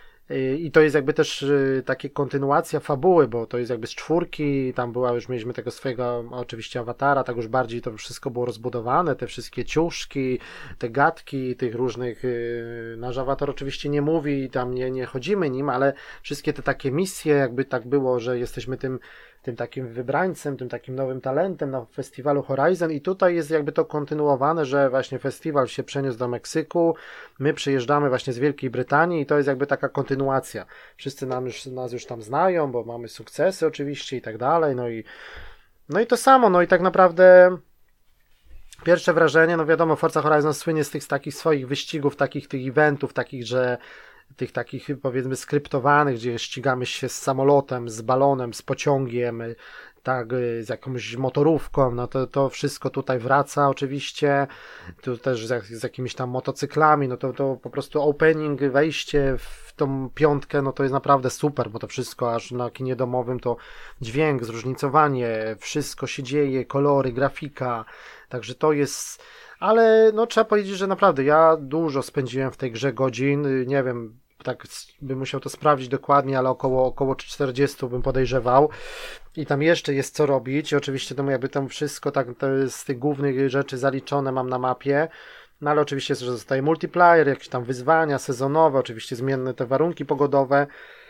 [SPEAKER 1] I to jest jakby też takie kontynuacja fabuły, bo to jest jakby z czwórki, tam była, już mieliśmy tego swojego oczywiście awatara, tak już bardziej to wszystko było rozbudowane, te wszystkie ciuszki, te gadki tych różnych, nasz awatar oczywiście nie mówi, tam nie, nie chodzimy nim, ale wszystkie te takie misje, jakby tak było, że jesteśmy tym tym takim wybrańcem, tym takim nowym talentem na festiwalu Horizon i tutaj jest jakby to kontynuowane, że właśnie festiwal się przeniósł do Meksyku, my przyjeżdżamy właśnie z Wielkiej Brytanii i to jest jakby taka kontynuacja. Wszyscy nam już, nas już tam znają, bo mamy sukcesy oczywiście i tak dalej, no i no i to samo, no i tak naprawdę pierwsze wrażenie, no wiadomo, Forza Horizon słynie z tych z takich swoich wyścigów, takich tych eventów, takich, że tych takich powiedzmy skryptowanych, gdzie ścigamy się z samolotem, z balonem, z pociągiem, tak, z jakąś motorówką, no to, to wszystko tutaj wraca oczywiście, tu też z, z jakimiś tam motocyklami, no to, to po prostu opening, wejście w tą piątkę, no to jest naprawdę super, bo to wszystko aż na kinie domowym to dźwięk, zróżnicowanie, wszystko się dzieje, kolory, grafika, także to jest... Ale no trzeba powiedzieć, że naprawdę ja dużo spędziłem w tej grze godzin, nie wiem, tak bym musiał to sprawdzić dokładnie, ale około, około czterdzieści bym podejrzewał i tam jeszcze jest co robić i oczywiście to jakby tam wszystko tak z tych głównych rzeczy zaliczone mam na mapie, no ale oczywiście, że zostaje multiplayer, jakieś tam wyzwania sezonowe, oczywiście zmienne te warunki pogodowe.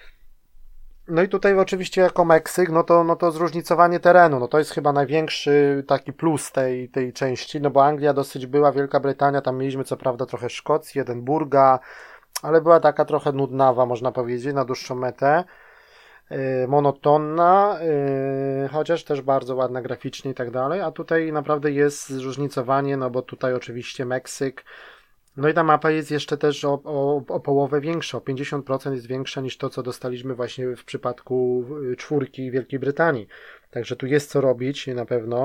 [SPEAKER 1] No i tutaj oczywiście jako Meksyk, no to, no to zróżnicowanie terenu, no to jest chyba największy taki plus tej, tej części, no bo Anglia dosyć była, Wielka Brytania, tam mieliśmy co prawda trochę Szkocji, Edynburga, ale była taka trochę nudnawa, można powiedzieć, na dłuższą metę, yy, monotonna, yy, chociaż też bardzo ładna graficznie i tak dalej, a tutaj naprawdę jest zróżnicowanie, no bo tutaj oczywiście Meksyk. No i ta mapa jest jeszcze też o, o, o połowę większa, o pięćdziesiąt procent jest większa niż to, co dostaliśmy właśnie w przypadku czwórki Wielkiej Brytanii. Także tu jest co robić na pewno.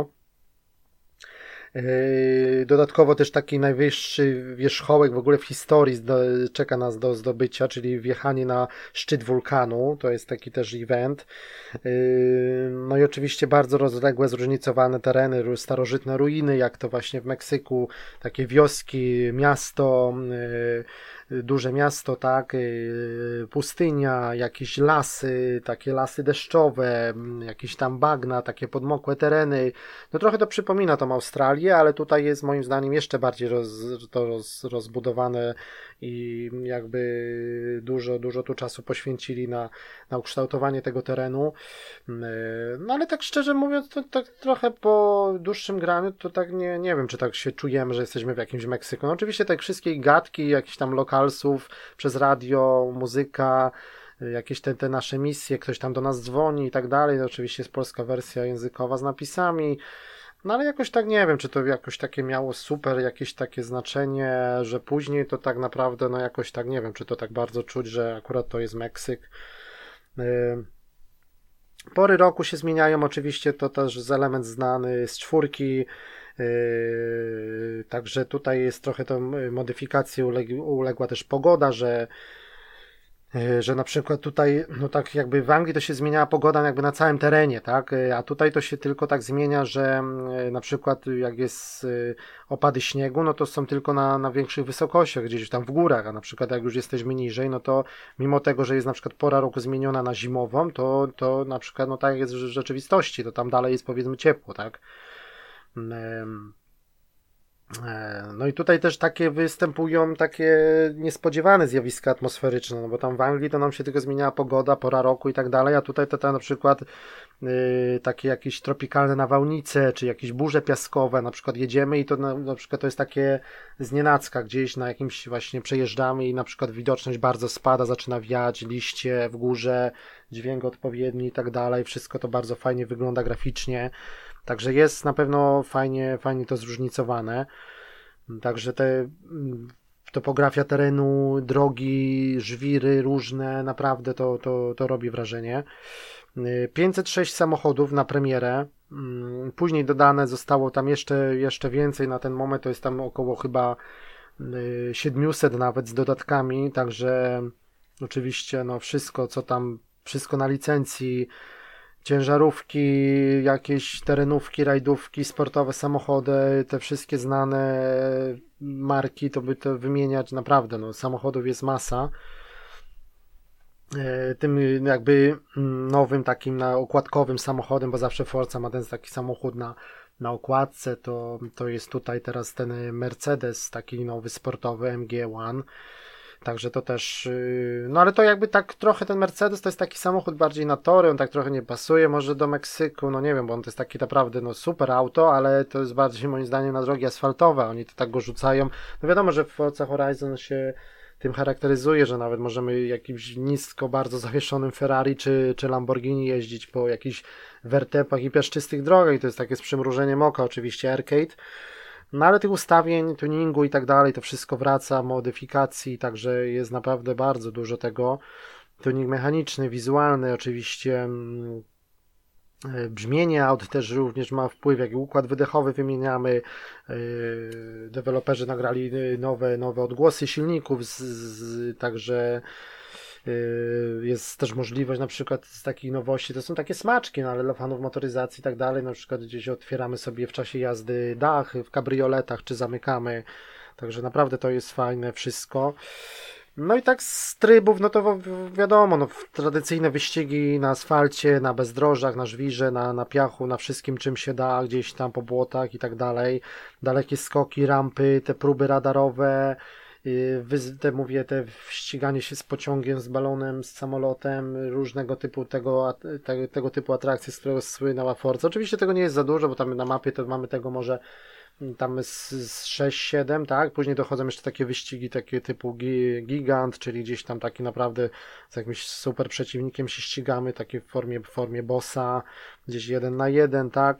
[SPEAKER 1] Dodatkowo też taki najwyższy wierzchołek w ogóle w historii czeka nas do zdobycia, czyli wjechanie na szczyt wulkanu, to jest taki też event. No i oczywiście bardzo rozległe, zróżnicowane tereny, starożytne ruiny, jak to właśnie w Meksyku, takie wioski, miasto, duże miasto, tak, pustynia, jakieś lasy, takie lasy deszczowe, jakieś tam bagna, takie podmokłe tereny. No trochę to przypomina tą Australię, ale tutaj jest moim zdaniem jeszcze bardziej roz, to roz, rozbudowane i jakby dużo, dużo tu czasu poświęcili na, na ukształtowanie tego terenu. No ale tak szczerze mówiąc, to tak trochę po dłuższym graniu, to tak nie, nie wiem, czy tak się czujemy, że jesteśmy w jakimś Meksyku. No oczywiście tak wszystkie gadki, jakieś tam lokalsów przez radio, muzyka, jakieś te, te nasze misje, ktoś tam do nas dzwoni i tak dalej. Oczywiście jest polska wersja językowa z napisami. No ale jakoś tak nie wiem, czy to jakoś takie miało super jakieś takie znaczenie, że później to tak naprawdę, no jakoś tak nie wiem, czy to tak bardzo czuć, że akurat to jest Meksyk. Pory roku się zmieniają, oczywiście to też jest element znany z czwórki, także tutaj jest trochę tą modyfikacji uległa też pogoda, że że na przykład tutaj, no tak jakby w Anglii to się zmieniała pogoda jakby na całym terenie, tak, a tutaj to się tylko tak zmienia, że na przykład jak jest opady śniegu, no to są tylko na, na większych wysokościach, gdzieś tam w górach, a na przykład jak już jesteśmy niżej, no to mimo tego, że jest na przykład pora roku zmieniona na zimową, to, to na przykład no tak jest w rzeczywistości, to tam dalej jest powiedzmy ciepło, tak. No i tutaj też takie występują takie niespodziewane zjawiska atmosferyczne, no bo tam w Anglii to nam się tylko zmieniała pogoda, pora roku i tak dalej, a tutaj to, to na przykład yy, takie jakieś tropikalne nawałnice, czy jakieś burze piaskowe, na przykład jedziemy i to na, na przykład to jest takie znienacka, gdzieś na jakimś właśnie przejeżdżamy i na przykład widoczność bardzo spada, zaczyna wiać, liście w górze, dźwięk odpowiedni i tak dalej, wszystko to bardzo fajnie wygląda graficznie. Także jest na pewno fajnie, fajnie to zróżnicowane. Także te topografia terenu, drogi, żwiry różne, naprawdę to, to, to robi wrażenie. pięćset sześć samochodów na premierę. Później dodane zostało tam jeszcze, jeszcze więcej na ten moment, to jest tam około chyba siedemset nawet z dodatkami, także oczywiście no wszystko co tam, wszystko na licencji, ciężarówki, jakieś terenówki, rajdówki, sportowe samochody, te wszystkie znane marki, to by to wymieniać naprawdę, no samochodów jest masa. Tym jakby nowym takim na okładkowym samochodem, bo zawsze Forza ma ten taki samochód na, na okładce, to, to jest tutaj teraz ten Mercedes, taki nowy sportowy M G jeden. Także to też, no ale to jakby tak trochę ten Mercedes to jest taki samochód bardziej na tory, on tak trochę nie pasuje może do Meksyku, no nie wiem, bo on to jest taki naprawdę no super auto, ale to jest bardziej moim zdaniem na drogi asfaltowe, oni to tak go rzucają. No wiadomo, że w Forza Horizon się tym charakteryzuje, że nawet możemy jakimś nisko bardzo zawieszonym Ferrari czy, czy Lamborghini jeździć po jakichś wertepach i piaszczystych drogach i to jest takie z przymrużeniem oka, oczywiście arcade. No ale tych ustawień, tuningu i tak dalej, to wszystko wraca, modyfikacji, także jest naprawdę bardzo dużo tego. Tuning mechaniczny, wizualny, oczywiście brzmienie aut też również ma wpływ, jak i układ wydechowy wymieniamy. Deweloperzy nagrali nowe, nowe odgłosy silników, z, z, także jest też możliwość na przykład z takich nowości, to są takie smaczki, no ale dla fanów motoryzacji i tak dalej, na przykład gdzieś otwieramy sobie w czasie jazdy dach w kabrioletach, czy zamykamy, także naprawdę to jest fajne wszystko. No i tak z trybów, no to wiadomo, no, tradycyjne wyścigi na asfalcie, na bezdrożach, na żwirze, na, na piachu, na wszystkim czym się da, gdzieś tam po błotach i tak dalej, dalekie skoki, rampy, te próby radarowe, te mówię, te ściganie się z pociągiem, z balonem, z samolotem, różnego typu tego, tego, tego typu atrakcje, z którego słynęła Forza. Oczywiście tego nie jest za dużo, bo tam na mapie to mamy tego może tam z, z sześć siedem, tak? Później dochodzą jeszcze takie wyścigi takie typu gigant, czyli gdzieś tam taki naprawdę z jakimś super przeciwnikiem się ścigamy, takie w formie, w formie bossa, gdzieś jeden na jeden, tak?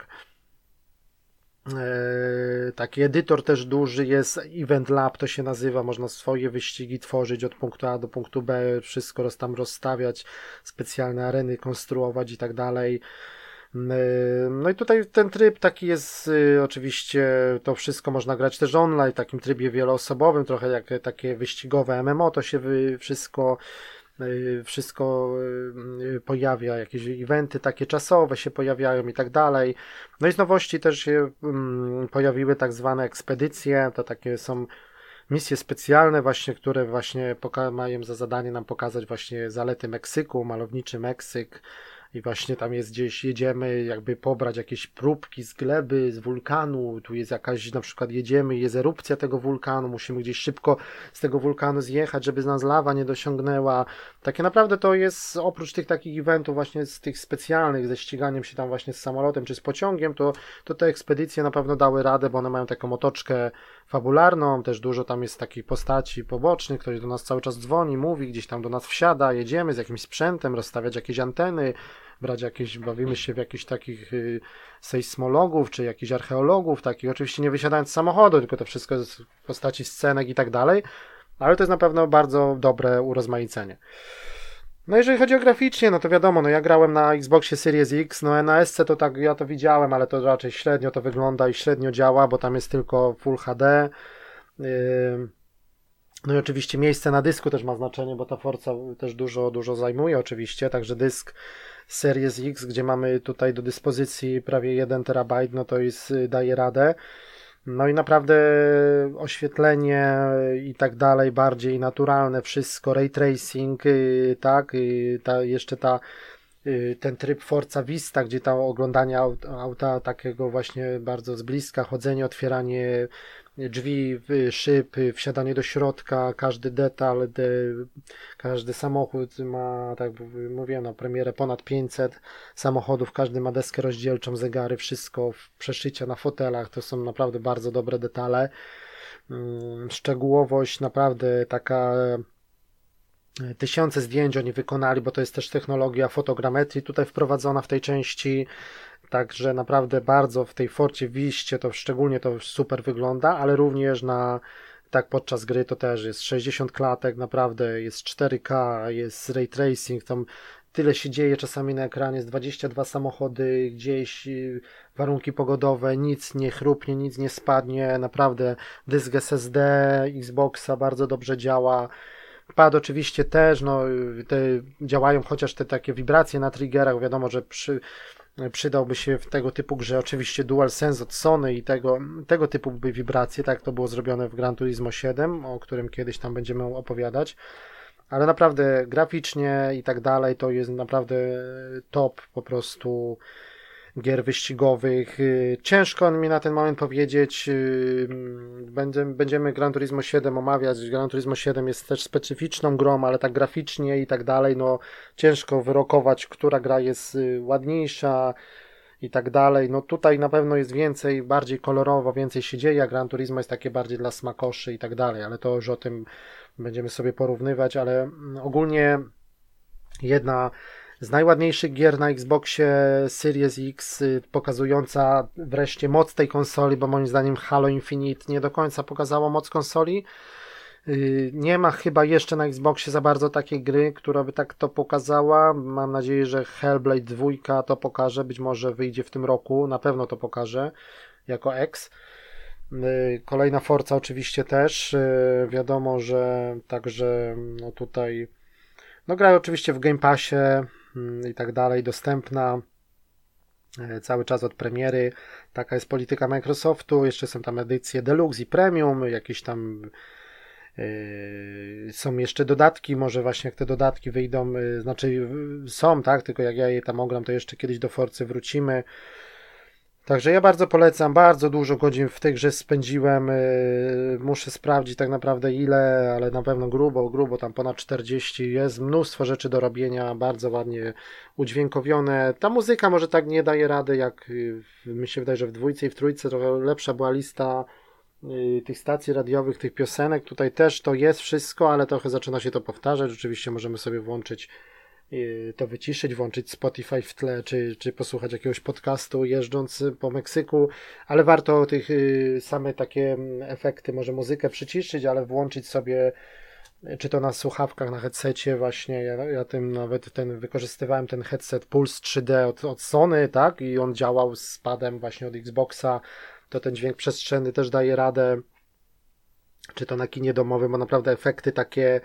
[SPEAKER 1] Taki edytor też duży jest, Event Lab to się nazywa, można swoje wyścigi tworzyć od punktu A do punktu B, wszystko roz, tam rozstawiać, specjalne areny konstruować i tak dalej. No i tutaj ten tryb taki jest, oczywiście to wszystko można grać też online, w takim trybie wieloosobowym, trochę jak takie wyścigowe M M O, to się wszystko wszystko pojawia, jakieś eventy takie czasowe się pojawiają i tak dalej. No i z nowości też się pojawiły tak zwane ekspedycje, to takie są misje specjalne właśnie, które właśnie mają za zadanie nam pokazać właśnie zalety Meksyku, malowniczy Meksyk, i właśnie tam jest gdzieś, jedziemy jakby pobrać jakieś próbki z gleby, z wulkanu, tu jest jakaś, na przykład jedziemy, jest erupcja tego wulkanu, musimy gdzieś szybko z tego wulkanu zjechać, żeby z nas lawa nie dosiągnęła. Takie naprawdę to jest, oprócz tych takich eventów właśnie z tych specjalnych, ze ściganiem się tam właśnie z samolotem czy z pociągiem, to, to te ekspedycje na pewno dały radę, bo one mają taką otoczkę fabularną, też dużo tam jest takich postaci pobocznych, ktoś do nas cały czas dzwoni, mówi, gdzieś tam do nas wsiada, jedziemy z jakimś sprzętem, rozstawiać jakieś anteny, brać jakieś, bawimy się w jakichś takich y, sejsmologów, czy jakichś archeologów, takich, oczywiście nie wysiadając z samochodu, tylko to wszystko jest w postaci scenek i tak dalej, ale to jest na pewno bardzo dobre urozmaicenie. No jeżeli chodzi o graficznie, no to wiadomo, no ja grałem na Xboxie Series X, no na S C to tak, ja to widziałem, ale to raczej średnio to wygląda i średnio działa, bo tam jest tylko Full H D, yy, No i oczywiście miejsce na dysku też ma znaczenie, bo ta Forza też dużo, dużo zajmuje oczywiście, także dysk Series X, gdzie mamy tutaj do dyspozycji prawie jeden terabajt, no to jest, daje radę. No i naprawdę oświetlenie i tak dalej, bardziej naturalne, wszystko, ray tracing, y, tak, y, ta, jeszcze ta, y, ten tryb Forza Vista, gdzie to oglądanie auta, auta takiego właśnie bardzo z bliska, chodzenie, otwieranie drzwi, y, szyb, y, wsiadanie do środka, każdy detal, de, każdy samochód ma, tak jak mówiłem, no, premierę ponad pięćset samochodów, każdy ma deskę rozdzielczą, zegary, wszystko, przeszycia na fotelach, to są naprawdę bardzo dobre detale. Mm, Szczegółowość naprawdę taka, e, tysiące zdjęć oni wykonali, bo to jest też technologia fotogrammetrii tutaj wprowadzona w tej części. Także naprawdę bardzo w tej Forcie Wiście to szczególnie to super wygląda, ale również na tak podczas gry to też jest sześćdziesiąt klatek, naprawdę jest cztery K, jest ray tracing, tam tyle się dzieje czasami na ekranie, jest dwadzieścia dwa samochody, gdzieś y, warunki pogodowe, nic nie chrupnie, nic nie spadnie, naprawdę dysk S S D Xboxa bardzo dobrze działa. Pad oczywiście też, no te działają chociaż te takie wibracje na triggerach, wiadomo, że przy przydałby się w tego typu grze oczywiście DualSense od Sony i tego, tego typu by wibracje, tak to było zrobione w Gran Turismo siedem, o którym kiedyś tam będziemy opowiadać, ale naprawdę graficznie i tak dalej to jest naprawdę top po prostu gier wyścigowych. Ciężko mi na ten moment powiedzieć, będziemy, będziemy Gran Turismo siedem omawiać. Gran Turismo siedem jest też specyficzną grą, ale tak graficznie i tak dalej, no ciężko wyrokować, która gra jest ładniejsza i tak dalej. No tutaj na pewno jest więcej, bardziej kolorowo, więcej się dzieje, a Gran Turismo jest takie bardziej dla smakoszy i tak dalej, ale to już o tym będziemy sobie porównywać, ale ogólnie jedna z najładniejszych gier na Xboxie Series X, pokazująca wreszcie moc tej konsoli, bo moim zdaniem Halo Infinite nie do końca pokazało moc konsoli. Nie ma chyba jeszcze na Xboxie za bardzo takiej gry, która by tak to pokazała. Mam nadzieję, że Hellblade dwa to pokaże, być może wyjdzie w tym roku, na pewno to pokaże jako X. Kolejna Forza oczywiście też. Wiadomo, że także no tutaj no gra oczywiście w Game Passie i tak dalej, dostępna cały czas od premiery. Taka jest polityka Microsoftu. Jeszcze są tam edycje Deluxe i Premium, jakieś tam yy, są jeszcze dodatki, może właśnie jak te dodatki wyjdą, yy, znaczy yy, są, tak, tylko jak ja je tam ogram, to jeszcze kiedyś do Forcy wrócimy. Także ja bardzo polecam, bardzo dużo godzin w tej grze spędziłem, yy, muszę sprawdzić tak naprawdę ile, ale na pewno grubo, grubo, tam ponad czterdzieści, jest mnóstwo rzeczy do robienia, bardzo ładnie udźwiękowione. Ta muzyka może tak nie daje rady, jak yy, mi się wydaje, że w dwójce i w trójce trochę lepsza była lista yy, tych stacji radiowych, tych piosenek, tutaj też to jest wszystko, ale trochę zaczyna się to powtarzać, rzeczywiście możemy sobie włączyć to wyciszyć, włączyć Spotify w tle, czy, czy posłuchać jakiegoś podcastu jeżdżąc po Meksyku, ale warto tych same takie efekty, może muzykę przyciszyć, ale włączyć sobie, czy to na słuchawkach, na headsetie właśnie, ja, ja tym nawet ten wykorzystywałem ten headset Pulse trzy D od, od Sony, tak, i on działał z padem właśnie od Xboxa, to ten dźwięk przestrzenny też daje radę, czy to na kinie domowym, bo naprawdę efekty takie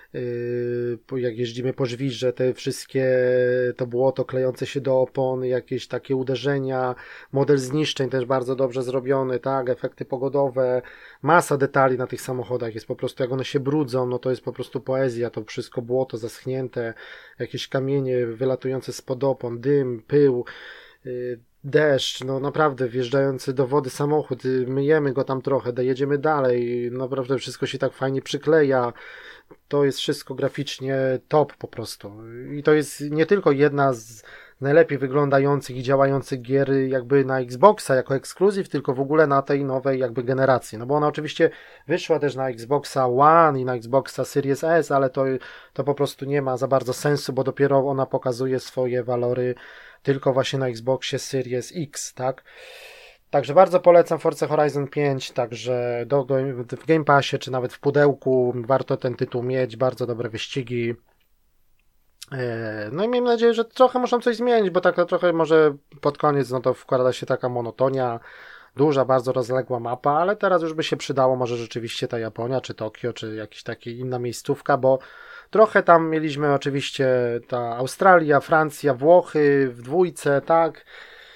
[SPEAKER 1] jak jeździmy po żwirze, te wszystkie to błoto klejące się do opon, jakieś takie uderzenia, model zniszczeń też bardzo dobrze zrobiony, tak, efekty pogodowe, masa detali na tych samochodach jest po prostu, jak one się brudzą, no to jest po prostu poezja, to wszystko błoto zaschnięte, jakieś kamienie wylatujące spod opon, dym, pył, deszcz, no naprawdę wjeżdżający do wody samochód, myjemy go tam trochę, dojedziemy dalej, naprawdę wszystko się tak fajnie przykleja, to jest wszystko graficznie top po prostu i to jest nie tylko jedna z najlepiej wyglądających i działających gier jakby na Xboxa jako ekskluzyw, tylko w ogóle na tej nowej jakby generacji, no bo ona oczywiście wyszła też na Xboxa One i na Xboxa Series S, ale to, to po prostu nie ma za bardzo sensu, bo dopiero ona pokazuje swoje walory tylko właśnie na Xboxie Series X, tak? Także bardzo polecam Forza Horizon pięć, także do, w Game Passie, czy nawet w pudełku warto ten tytuł mieć, bardzo dobre wyścigi. No i miejmy nadzieję, że trochę muszą coś zmienić, bo tak trochę może pod koniec no to wkłada się taka monotonia, duża, bardzo rozległa mapa, ale teraz już by się przydało może rzeczywiście ta Japonia, czy Tokio, czy jakaś taka inna miejscówka, bo trochę tam mieliśmy oczywiście ta Australia, Francja, Włochy w dwójce, tak,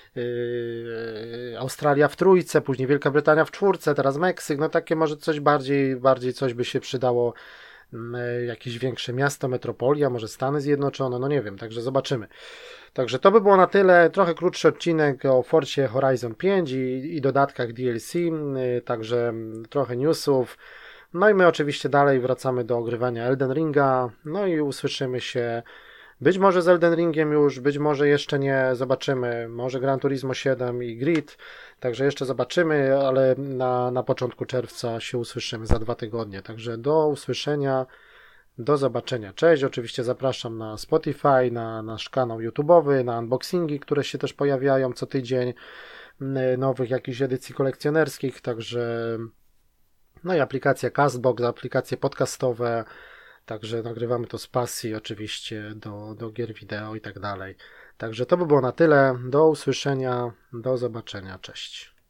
[SPEAKER 1] Yy, Australia w trójce, później Wielka Brytania w czwórce, teraz Meksyk, no takie może coś bardziej, bardziej coś by się przydało, yy, jakieś większe miasto, metropolia, może Stany Zjednoczone, no nie wiem, także zobaczymy. Także to by było na tyle, trochę krótszy odcinek o Forcie Horizon pięć i, i dodatkach D L C, yy, także trochę newsów, no i my oczywiście dalej wracamy do ogrywania Elden Ringa, no i usłyszymy się być może z Elden Ringiem już, być może jeszcze nie, zobaczymy, może Gran Turismo siedem i Grid, także jeszcze zobaczymy, ale na, na początku czerwca się usłyszymy za dwa tygodnie, także do usłyszenia, do zobaczenia, cześć, oczywiście zapraszam na Spotify, na nasz kanał YouTube'owy, na unboxingi, które się też pojawiają co tydzień, nowych jakichś edycji kolekcjonerskich, także no i aplikacja Castbox, aplikacje podcastowe, także nagrywamy to z pasji oczywiście do, do gier wideo i tak dalej. Także to by było na tyle. Do usłyszenia, do zobaczenia. Cześć.